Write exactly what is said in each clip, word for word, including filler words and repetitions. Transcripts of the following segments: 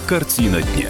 Картина дня.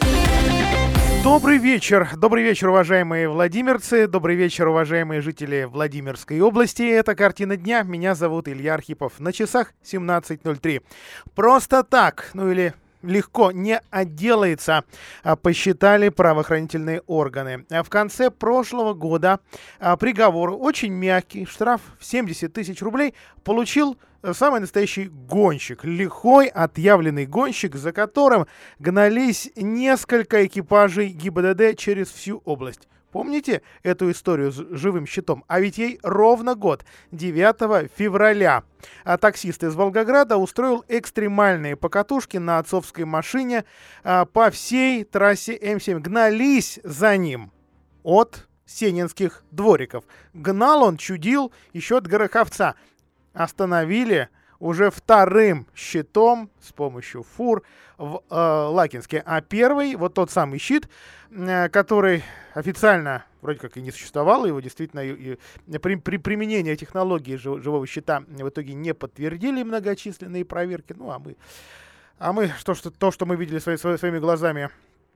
Добрый вечер. Добрый вечер, уважаемые владимирцы. Добрый вечер, уважаемые жители Владимирской области. Это «Картина дня». Меня зовут Илья Архипов. На часах семнадцать ноль три. Просто так, ну или легко не отделается, посчитали правоохранительные органы. В конце прошлого года приговор, очень мягкий, штраф в семьдесят тысяч рублей, получил самый настоящий гонщик. Лихой, отъявленный гонщик, за которым гнались несколько экипажей ГИБДД через всю область. Помните эту историю с живым щитом? А ведь ей ровно год, девятого февраля. А таксист из Волгограда устроил экстремальные покатушки на отцовской машине а, по всей трассе эм семь. Гнались за ним от Сенинских двориков. Гнал он, чудил еще от Гороховца. Остановили уже вторым щитом с помощью фур в э, Лакинске. А первый, вот тот самый щит, э, который официально вроде как и не существовал, его действительно и, и, при, при применении технологии жив, живого щита в итоге не подтвердили многочисленные проверки. Ну а мы, а мы что, что, то, что мы видели свои, свои, своими глазами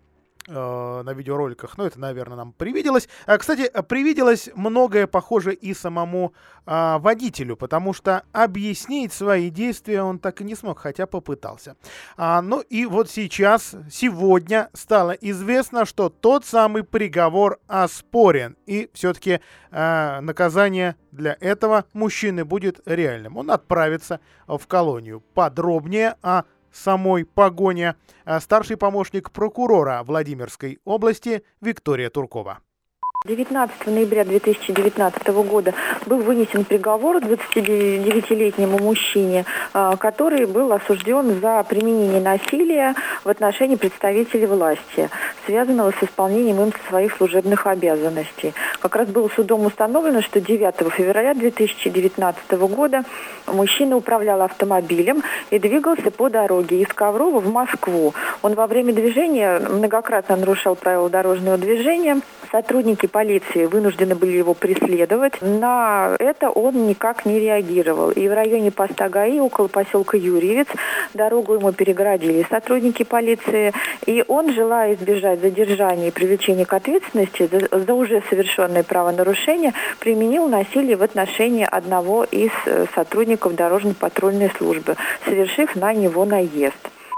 на видеороликах, ну, это, наверное, нам привиделось. А, кстати, привиделось многое похоже и самому а, водителю, потому что объяснить свои действия он так и не смог, хотя попытался. А, ну, и вот сейчас, сегодня стало известно, что тот самый приговор оспорен, и все-таки а, наказание для этого мужчины будет реальным. Он отправится в колонию. Подробнее о самой погоне старший помощник прокурора Владимирской области Виктория Туркова. девятнадцатого ноября две тысячи девятнадцатого года был вынесен приговор двадцатидевятилетнему мужчине, который был осужден за применение насилия в отношении представителей власти, связанного с исполнением им своих служебных обязанностей. Как раз было судом установлено, что девятого февраля две тысячи девятнадцатого года мужчина управлял автомобилем и двигался по дороге из Коврова в Москву. Он во время движения многократно нарушал правила дорожного движения. Сотрудники полиции вынуждены были его преследовать. На это он никак не реагировал. И в районе поста ГАИ, около поселка Юрьевец, дорогу ему перегородили сотрудники полиции. И он, желая избежать задержания и привлечения к ответственности за, за уже совершенное правонарушение, применил насилие в отношении одного из сотрудников дорожно-патрульной службы, совершив на него наезд.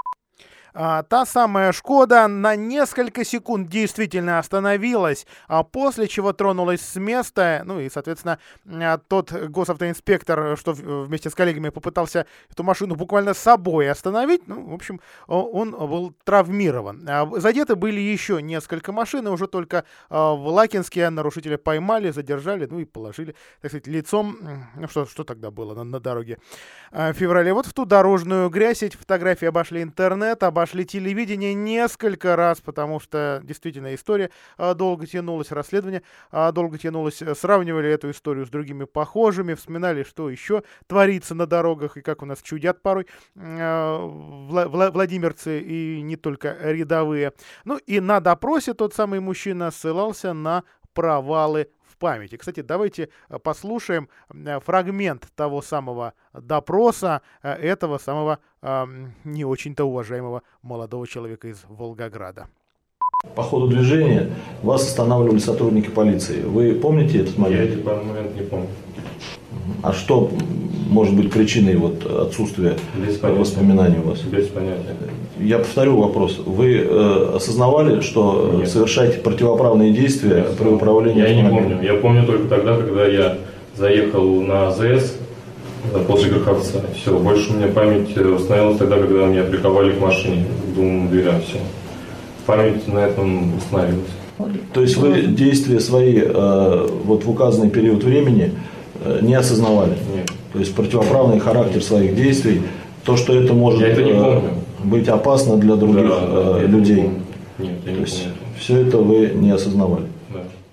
А, та самая «Шкода» на несколько секунд действительно остановилась, а после чего тронулась с места. Ну и, соответственно, тот госавтоинспектор, что вместе с коллегами попытался эту машину буквально с собой остановить, ну, в общем, он был травмирован. Задеты были еще несколько машин, и уже только в Лакинске нарушителя поймали, задержали, ну и положили, так сказать, лицом. Ну что, что тогда было на, на дороге в феврале? Вот в ту дорожную грязь эти фотографии обошли интернет, обошли Обошли телевидение несколько раз, потому что действительно история а, долго тянулась, расследование а, долго тянулось. Сравнивали эту историю с другими похожими, вспоминали, что еще творится на дорогах и как у нас чудят порой а, вла- вла- владимирцы и не только рядовые. Ну и на допросе тот самый мужчина ссылался на провалы в памяти. Кстати, давайте послушаем фрагмент того самого допроса этого самого э, не очень-то уважаемого молодого человека из Волгограда. По ходу движения вас останавливали сотрудники полиции. Вы помните этот момент? Я этот момент не помню. А что может быть причиной вот отсутствия воспоминаний у вас? Без понятия. Я повторю вопрос. Вы э, осознавали, что Нет. совершаете противоправные действия Нет. при управлении Я автомобилем? не помню. Я помню только тогда, когда я заехал на АЗС после Гороховца. Все. Больше у меня память установилась тогда, когда меня приковали к машине, к двум дверям. Все. Память на этом установилась. То есть вы действия свои э, вот в указанный период времени э, не осознавали? Нет. То есть противоправный характер своих действий, то, что это может я это не помню. быть опасно для других да, э, да, людей. Нет, я то не есть помню. все это вы не осознавали? Да.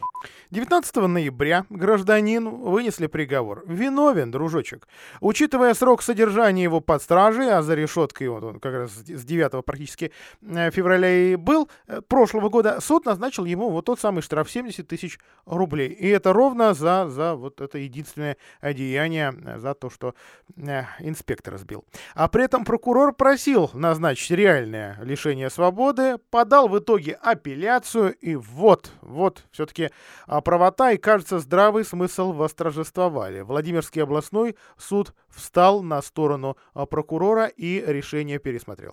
девятнадцатого ноября гражданину вынесли приговор. Виновен, дружочек. Учитывая срок содержания его под стражей, а за решеткой вот он как раз с девятого практически февраля и был прошлого года, суд назначил ему вот тот самый штраф семьдесят тысяч рублей. И это ровно за, за вот это единственное деяние, за то, что инспектор сбил. А при этом прокурор просил назначить реальное лишение свободы, подал в итоге апелляцию, и вот, вот, все-таки правота и, кажется, здравый смысл восторжествовали. Владимирский областной суд встал на сторону прокурора и решение пересмотрел.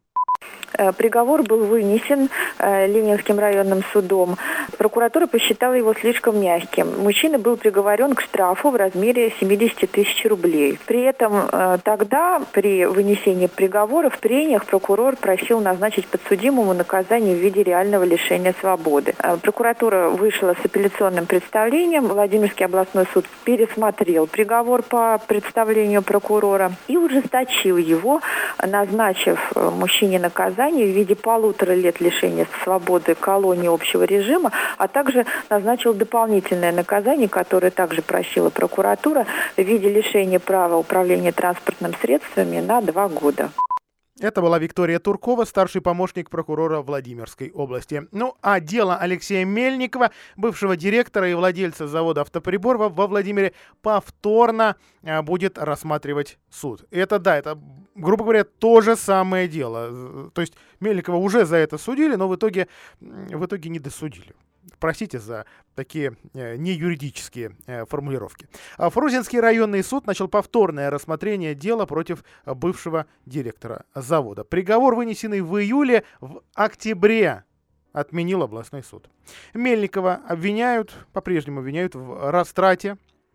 Приговор был вынесен э, Ленинским районным судом. Прокуратура посчитала его слишком мягким. Мужчина был приговорен к штрафу в размере семьдесят тысяч рублей. При этом э, тогда, при вынесении приговора, в прениях прокурор просил назначить подсудимому наказание в виде реального лишения свободы. Э, прокуратура вышла с апелляционным представлением. Владимирский областной суд пересмотрел приговор по представлению прокурора и ужесточил его, назначив э, мужчине наказание в виде полутора лет лишения свободы колонии общего режима, а также назначил дополнительное наказание, которое также просила прокуратура, в виде лишения права управления транспортными средствами на два года. Это была Виктория Туркова, старший помощник прокурора Владимирской области. Ну, а дело Алексея Мельникова, бывшего директора и владельца завода «Автоприбор» во Владимире, повторно будет рассматривать суд. Это, да, это, грубо говоря, то же самое дело. То есть Мельникова уже за это судили, но в итоге, в итоге не досудили. Простите за такие э, неюридические э, формулировки. А Фрунзенский районный суд начал повторное рассмотрение дела против бывшего директора завода. Приговор, вынесенный в июле, в октябре отменил областной суд. Мельникова обвиняют, по-прежнему обвиняют в растрате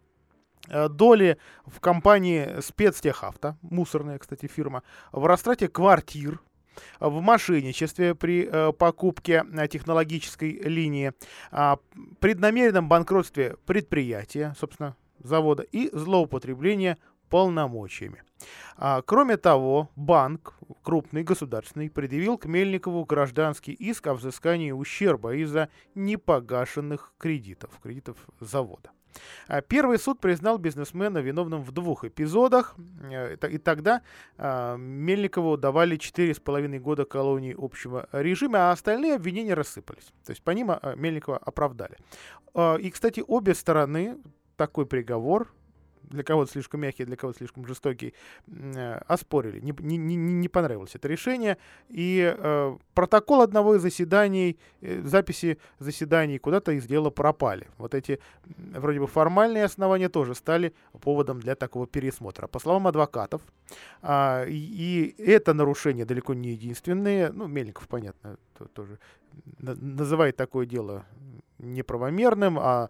э, доли в компании «Спецтехавто», мусорная, кстати, фирма, в растрате квартир, в мошенничестве при э, покупке э, технологической линии, э, преднамеренном банкротстве предприятия, собственно, завода, и злоупотребление полномочиями. А, кроме того, банк, крупный, государственный, предъявил к Мельникову гражданский иск о взыскании ущерба из-за непогашенных кредитов, кредитов завода. Первый суд признал бизнесмена виновным в двух эпизодах, и тогда Мельникову давали четыре с половиной года колонии общего режима, а остальные обвинения рассыпались. То есть по ним Мельникова оправдали. И, кстати, обе стороны такой приговор, для кого-то слишком мягкий, для кого-то слишком жестокий, э, оспорили. Не, не, не, не понравилось это решение. И э, протокол одного из заседаний, э, записи заседаний куда-то из дела пропали. Вот эти э, вроде бы формальные основания тоже стали поводом для такого пересмотра. По словам адвокатов, э, и, и это нарушение далеко не единственное. Ну, Мельников, понятно, то, тоже называет такое дело неправомерным, а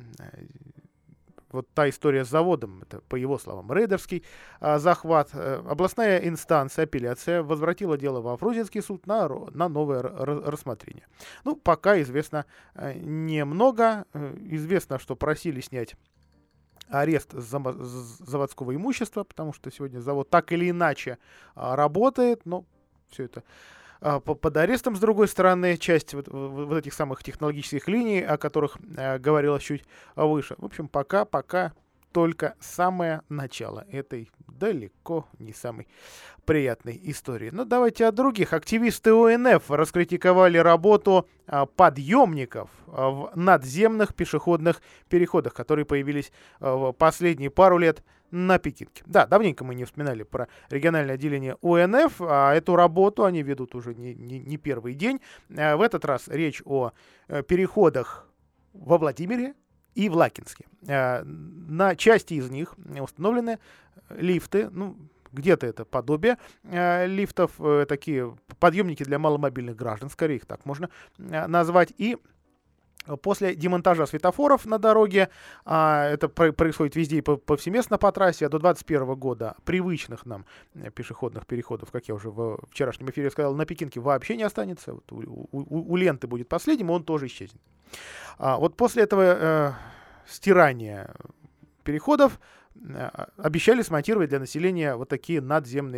вот та история с заводом, это, по его словам, рейдерский а, захват. А, областная инстанция, апелляция, возвратила дело во Фрунзенский суд на, на новое рассмотрение. Ну, пока известно а, немного. Известно, что просили снять арест заводского имущества, потому что сегодня завод так или иначе а, работает, но все это под арестом. С другой стороны, часть вот, вот этих самых технологических линий, о которых э, говорилось чуть выше. В общем, пока, пока только самое начало этой далеко не самой приятной истории. Но давайте о других. Активисты О Н Ф раскритиковали работу а, подъемников а, в надземных пешеходных переходах, которые появились а, в последние пару лет на Пекинке. Да, давненько мы не вспоминали про региональное отделение О Н Ф, а эту работу они ведут уже не, не, не первый день. А в этот раз речь о а, переходах во Владимире и в Лакинске. А, на части из них установлены лифты, ну, где-то это подобие э, лифтов, э, такие подъемники для маломобильных граждан, скорее их так можно э, назвать. И после демонтажа светофоров на дороге, а, это про- происходит везде и повсеместно по трассе, а до двадцать первого года привычных нам пешеходных переходов, как я уже в вчерашнем эфире сказал, на Пекинке вообще не останется. Вот у, у, у ленты будет последним, он тоже исчезнет. А, вот после этого э, стирания переходов э, обещали смонтировать для населения вот такие надземные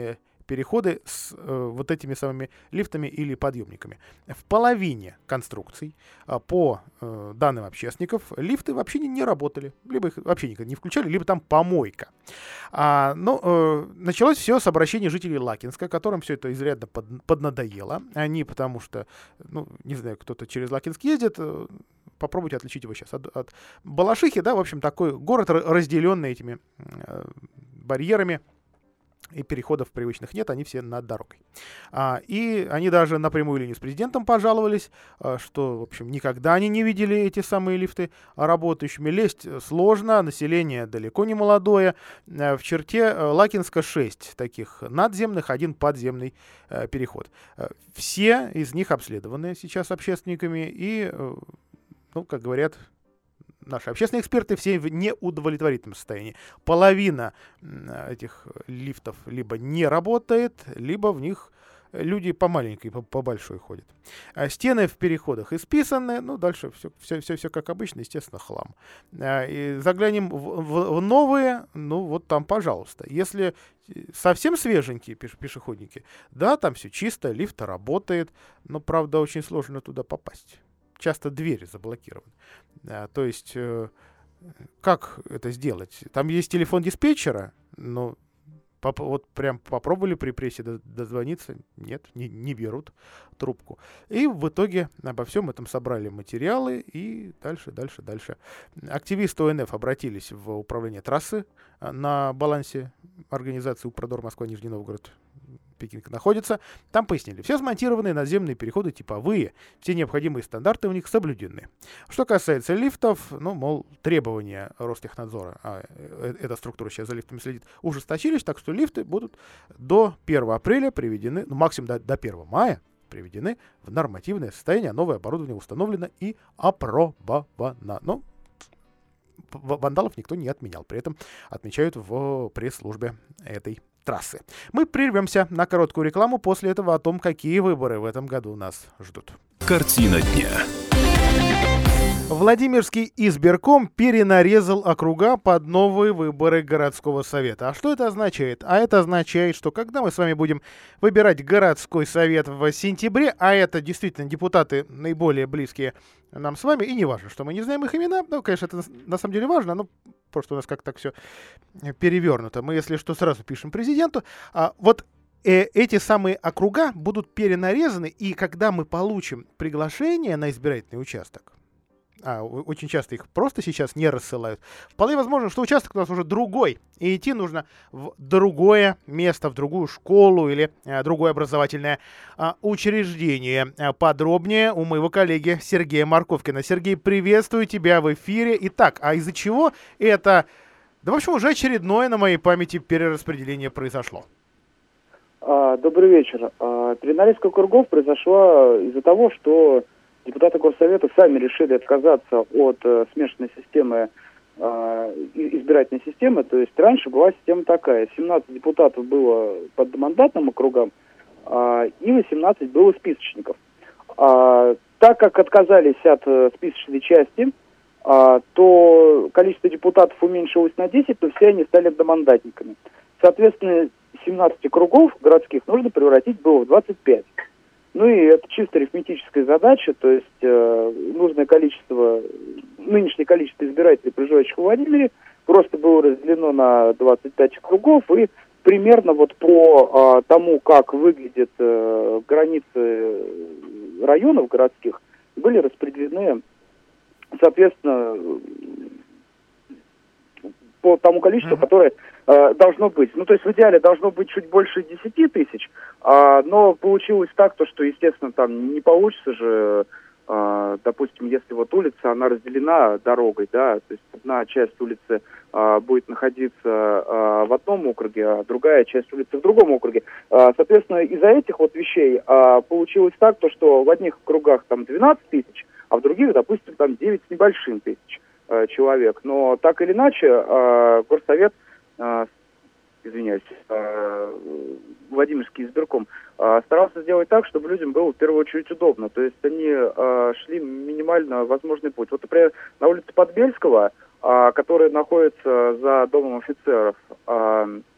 переходы с э, вот этими самыми лифтами или подъемниками. В половине конструкций, э, по э, данным общественников, лифты вообще не, не работали. Либо их вообще никогда не включали, либо там помойка. А, ну, э, началось все с обращения жителей Лакинска, которым все это изрядно под, поднадоело. Они, потому что, ну, не знаю, кто-то через Лакинск ездит, э, попробуйте отличить его сейчас от, от Балашихи, да, в общем, такой город, разделенный этими э, барьерами, и переходов привычных нет, они все над дорогой. А, и они даже на прямую линию с президентом пожаловались, а, что, в общем, никогда они не видели эти самые лифты работающими. Лезть сложно, население далеко не молодое. А, в черте Лакинска шесть таких надземных, один подземный а, переход. А, все из них обследованы сейчас общественниками и, ну, как говорят наши общественные эксперты, все в неудовлетворительном состоянии. Половина этих лифтов либо не работает, либо в них люди по маленькой, по, по большой ходят. А стены в переходах исписаны, ну, дальше все, все, все, все как обычно, естественно, хлам. А, и заглянем в, в, в новые, ну, вот там, пожалуйста. Если совсем свеженькие пеш, пешеходники, да, там все чисто, лифт работает, но, правда, очень сложно туда попасть. Часто двери заблокированы. А, то есть, э, как это сделать? Там есть телефон диспетчера, но поп- вот прям попробовали при прессе дозвониться, нет, не, не берут трубку. И в итоге обо всем этом собрали материалы и дальше, дальше, дальше. Активисты О Н Ф обратились в управление трассы на балансе организации Управдор Москва, Нижний Новгород, Пекинг находится. Там пояснили, все смонтированные наземные переходы типовые, все необходимые стандарты у них соблюдены. Что касается лифтов, ну, мол, требования Ростехнадзора, а эта структура сейчас за лифтами следит, ужесточились, так что лифты будут до первого апреля приведены, ну, максимум до, до первого мая приведены в нормативное состояние, а новое оборудование установлено и опробовано. Но вандалов никто не отменял, при этом отмечают в пресс-службе этой трассы. Мы прервемся на короткую рекламу, после этого о том, какие выборы в этом году нас ждут. Картина дня. Владимирский избирком перенарезал округа под новые выборы городского совета. А что это означает? А это означает, что когда мы с вами будем выбирать городской совет в сентябре, а это действительно депутаты наиболее близкие нам с вами, и не важно, что мы не знаем их имена, ну, конечно, это на самом деле важно, но просто у нас как-то так все перевернуто. Мы, если что, сразу пишем президенту. А вот э, эти самые округа будут перенарезаны, и когда мы получим приглашение на избирательный участок, а очень часто их просто сейчас не рассылают, вполне возможно, что участок у нас уже другой, и идти нужно в другое место, в другую школу или а, другое образовательное а, учреждение. А, подробнее у моего коллеги Сергея Марковкина. Сергей, приветствую тебя в эфире. Итак, а из-за чего это, да, в общем, уже очередное на моей памяти перераспределение произошло? Добрый вечер. Перенарезка округов произошла из-за того, что депутаты Горсовета сами решили отказаться от э, смешанной системы, э, избирательной системы. То есть раньше была система такая. семнадцать депутатов было по одномандатным округам, э, и восемнадцать было списочников. А, так как отказались от э, списочной части, э, то количество депутатов уменьшилось на десять, но все они стали одномандатниками. Соответственно, семнадцать округов городских нужно превратить было в двадцать пять. Ну и это чисто арифметическая задача, то есть э, нужное количество, нынешнее количество избирателей, проживающих в Владимире, просто было разделено на двадцать пять округов, и примерно вот по э, тому, как выглядят э, границы районов городских, были распределены, соответственно, по тому количеству, которое э, должно быть. Ну, то есть в идеале должно быть чуть больше десяти тысяч, э, но получилось так, то, что, естественно, там не получится же, э, допустим, если вот улица, она разделена дорогой, да, то есть одна часть улицы э, будет находиться э, в одном округе, а другая часть улицы в другом округе. Э, соответственно, из-за этих вот вещей э, получилось так, то, что в одних округах там двенадцать тысяч, а в других, допустим, там девять с небольшим тысяч человек. Но так или иначе, э, Горсовет, э, извиняюсь, э, Владимирский избирком, э, старался сделать так, чтобы людям было в первую очередь удобно. То есть они э, шли минимально возможный путь. Вот, например, на улице Подбельского, э, которая находится за домом офицеров, э,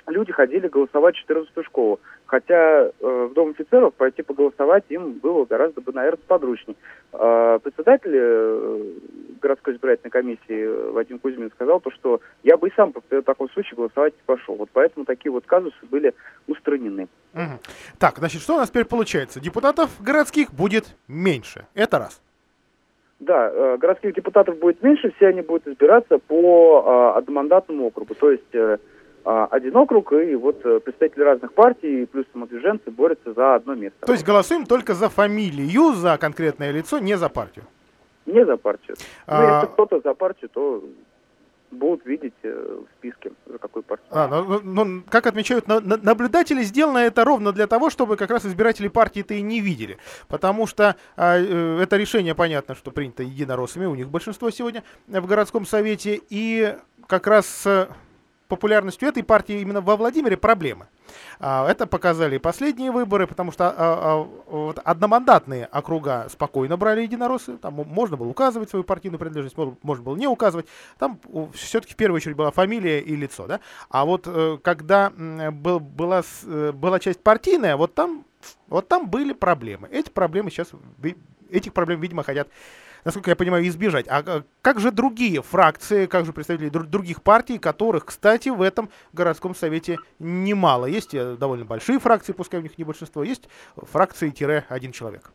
люди ходили голосовать в четырнадцатую школу. Хотя э, в Дом офицеров пойти поголосовать им было гораздо бы, наверное, сподручней. Э, председатель э, городской избирательной комиссии Вадим Кузьмин сказал, то, что я бы и сам в таком случае голосовать не пошел. Вот поэтому такие вот казусы были устранены. Угу. Так, значит, что у нас теперь получается? Депутатов городских будет меньше. Это раз. Да, э, городских депутатов будет меньше, все они будут избираться по э, одномандатному округу. То есть э, э, один округ, и вот э, представители разных партий плюс самодвиженцы борются за одно место. То есть голосуем только за фамилию, за конкретное лицо, не за партию? Не за партию. А... Ну, если кто-то за партию, то будут видеть э, в списке, за какую партию. А, ну, ну, как отмечают на, на, наблюдатели, сделано это ровно для того, чтобы как раз избиратели партии-то и не видели. Потому что а, э, это решение, понятно, что принято единороссами, у них большинство сегодня в городском совете, и как раз с популярностью этой партии именно во Владимире проблемы. А, это показали и последние выборы, потому что а, а, вот одномандатные округа спокойно брали единороссы, там можно было указывать свою партийную принадлежность, можно было не указывать, там все-таки в первую очередь была фамилия и лицо, да? А вот когда был, была, была часть партийная, вот там, вот там были проблемы. Эти проблемы сейчас, этих проблем, видимо, хотят, насколько я понимаю, избежать. А как же другие фракции, как же представители других партий, которых, кстати, в этом городском совете немало? Есть довольно большие фракции, пускай у них не большинство, есть фракции-один человек.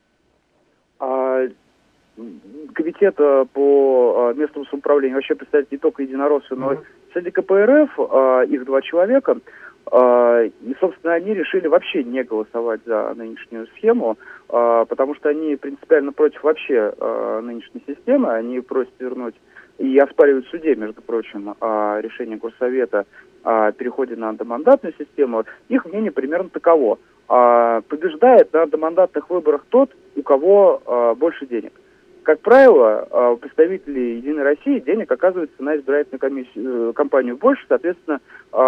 А, комитет по местному самоуправлению вообще представляет не только единороссы, но и среди ка пэ эр эф, а, их два человека. И, собственно, они решили вообще не голосовать за нынешнюю схему, потому что они принципиально против вообще нынешней системы. Они просят вернуть и оспаривают в суде, между прочим, решение горсовета о переходе на одномандатную систему. Их мнение примерно таково. Побеждает на одномандатных выборах тот, у кого больше денег. Как правило, у представителей «Единой России» денег оказывается на избирательную комиссию, кампанию больше, соответственно,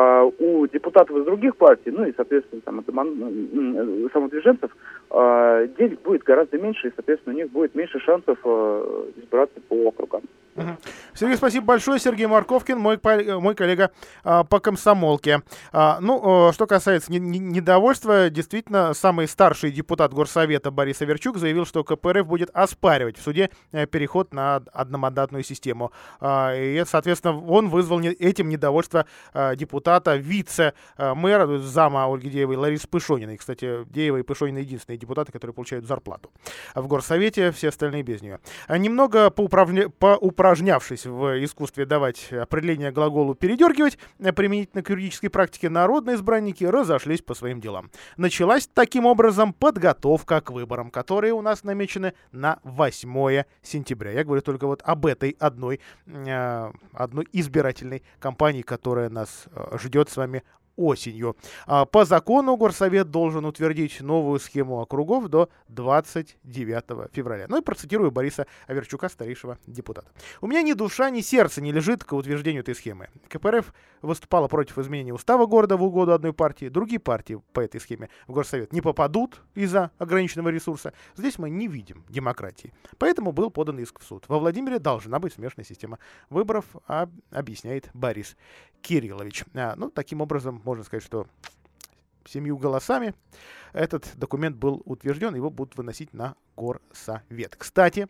у депутатов из других партий, ну и, соответственно, там, самодвиженцев, денег будет гораздо меньше, и, соответственно, у них будет меньше шансов избираться по округам. Угу. Сергей, спасибо большое. Сергей Марковкин, мой, мой коллега а, по комсомолке. А, ну, а, что касается не, не, недовольства, действительно, самый старший депутат Горсовета Борис Аверчук заявил, что ка пэ эр эф будет оспаривать в суде переход на одномандатную систему. А, и, соответственно, он вызвал не, этим недовольство а, депутата, вице-мэра, зама Ольги Деевой, Ларисы Пышониной. Кстати, Деева и Пышонина единственные депутаты, которые получают зарплату в Горсовете, все остальные без нее. А немного поуправля... поуправлять упражнявшись в искусстве давать определение глаголу «передергивать», применительно к юридической практике, народные избранники разошлись по своим делам. Началась таким образом подготовка к выборам, которые у нас намечены на восьмое сентября. Я говорю только вот об этой одной, э, одной избирательной кампании, которая нас э, ждет с вами осенью. По закону Горсовет должен утвердить новую схему округов до двадцать девятого февраля. Ну и процитирую Бориса Аверчука, старейшего депутата. «У меня ни душа, ни сердце не лежит к утверждению этой схемы. ка пэ эр эф выступала против изменения устава города в угоду одной партии. Другие партии по этой схеме в Горсовет не попадут из-за ограниченного ресурса. Здесь мы не видим демократии. Поэтому был подан иск в суд. Во Владимире должна быть смешанная система выборов», объясняет Борис Кириллович. А, ну, таким образом, можно сказать, что семью голосами этот документ был утвержден, его будут выносить на Горсовет. Кстати,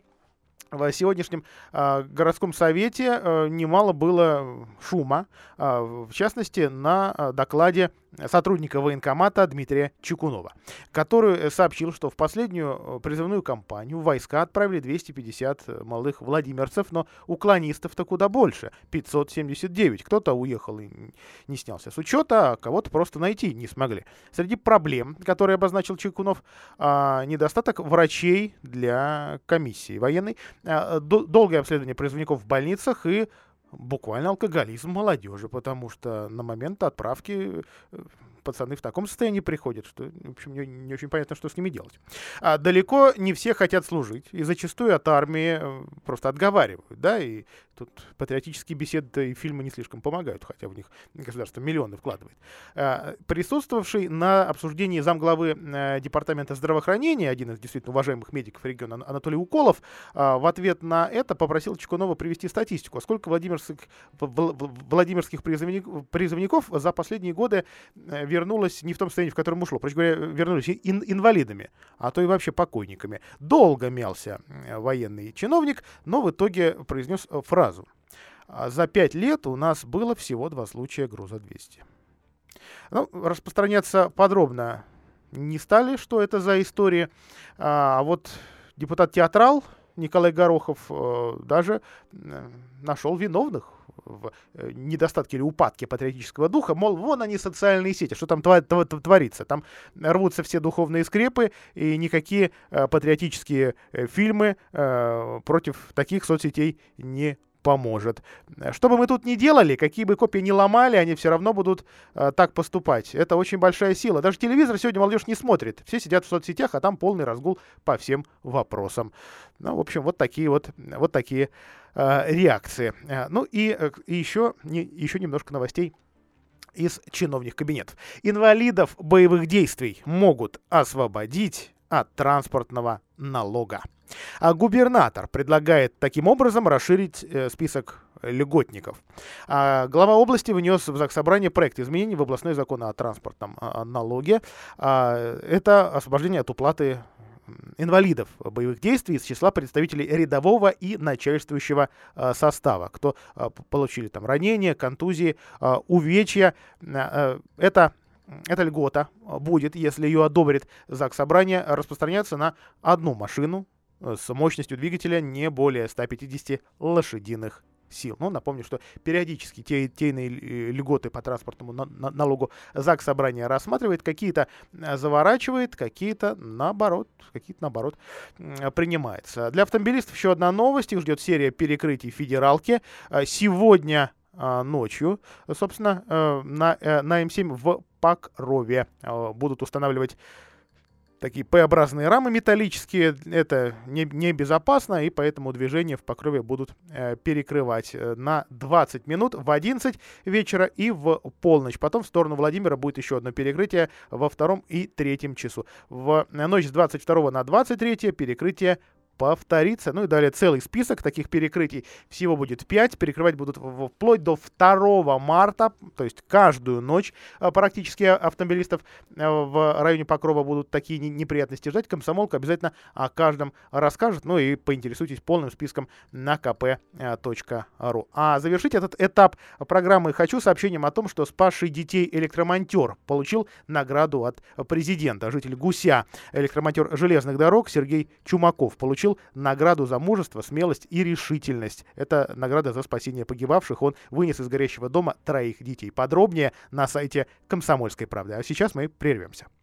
в сегодняшнем э, городском совете э, немало было шума, э, в частности, на э, докладе сотрудника военкомата Дмитрия Чекунова, который сообщил, что в последнюю призывную кампанию в войска отправили двести пятьдесят молодых владимирцев, но уклонистов-то куда больше, пятьсот семьдесят девять. Кто-то уехал и не снялся с учета, а кого-то просто найти не смогли. Среди проблем, которые обозначил Чекунов, недостаток врачей для комиссии военной, долгое обследование призывников в больницах и буквально алкоголизм молодежи, потому что на момент отправки пацаны в таком состоянии приходят, что, в общем, не, не очень понятно, что с ними делать. А далеко не все хотят служить, и зачастую от армии просто отговаривают, да, и тут тут патриотические беседы и фильмы не слишком помогают, хотя в них государство миллионы вкладывает. Э, присутствовавший на обсуждении замглавы э, Департамента здравоохранения, один из действительно уважаемых медиков региона, Анатолий Уколов, э, в ответ на это попросил Чекунова привести статистику, а сколько владимирских, владимирских призывников, призывников за последние годы э, вернулось не в том состоянии, в котором ушло, проще говоря, вернулись ин, инвалидами, а то и вообще покойниками. Долго мялся э, военный чиновник, но в итоге произнес фразу: за пять лет у нас было всего два случая груза двести. Ну, распространяться подробно не стали, что это за история. А вот депутат-театрал Николай Горохов э, даже э, нашел виновных в э, недостатке или упадке патриотического духа. Мол, вон они, социальные сети, что там тва- тва- творится. Там рвутся все духовные скрепы, и никакие э, патриотические э, фильмы э, против таких соцсетей не поможет. Что бы мы тут ни делали, какие бы копии ни ломали, они все равно будут э, так поступать. Это очень большая сила. Даже телевизор сегодня молодежь не смотрит. Все сидят в соцсетях, а там полный разгул по всем вопросам. Ну, в общем, вот такие вот, вот такие э, реакции. Э, ну и, э, и еще, не, еще немножко новостей из чиновных кабинетов. Инвалидов боевых действий могут освободить от транспортного налога. А губернатор предлагает таким образом расширить э, список льготников. А глава области внес в Заксобрание проект изменений в областной закон о транспортном а, налоге. А, это освобождение от уплаты инвалидов боевых действий из числа представителей рядового и начальствующего а, состава, кто а, получили там ранения, контузии, а, увечья. А, это Эта льгота будет, если ее одобрит Заксобрание, распространяться на одну машину с мощностью двигателя не более ста пятидесяти лошадиных сил. Ну, напомню, что периодически те, те иные льготы по транспортному на, на, налогу Заксобрание рассматривает, какие-то заворачивает, какие-то наоборот, какие-то наоборот принимается. Для автомобилистов еще одна новость. Их ждет серия перекрытий в федералке. Сегодня ночью, собственно, на, на эм семь в Покрове будут устанавливать такие П-образные рамы металлические. Это небезопасно, не и поэтому движение в Покрове будут э, перекрывать на двадцать минут в одиннадцать вечера и в полночь. Потом в сторону Владимира будет еще одно перекрытие во втором и третьем часу. В ночь с двадцать второго на двадцать третье перекрытие повторится. Ну и далее целый список таких перекрытий. Всего будет пять. Перекрывать будут вплоть до второго марта, то есть каждую ночь практически автомобилистов в районе Покрова будут такие неприятности ждать. Комсомолка обязательно о каждом расскажет. Ну и поинтересуйтесь полным списком на ка пэ точка ру. А завершить этот этап программы хочу сообщением о том, что спасший детей электромонтер получил награду от президента. Житель Гуся, электромонтер железных дорог Сергей Чумаков получил награду за мужество, смелость и решительность. Это награда за спасение погибавших. Он вынес из горящего дома троих детей. Подробнее на сайте «Комсомольской правды». А сейчас мы прервемся.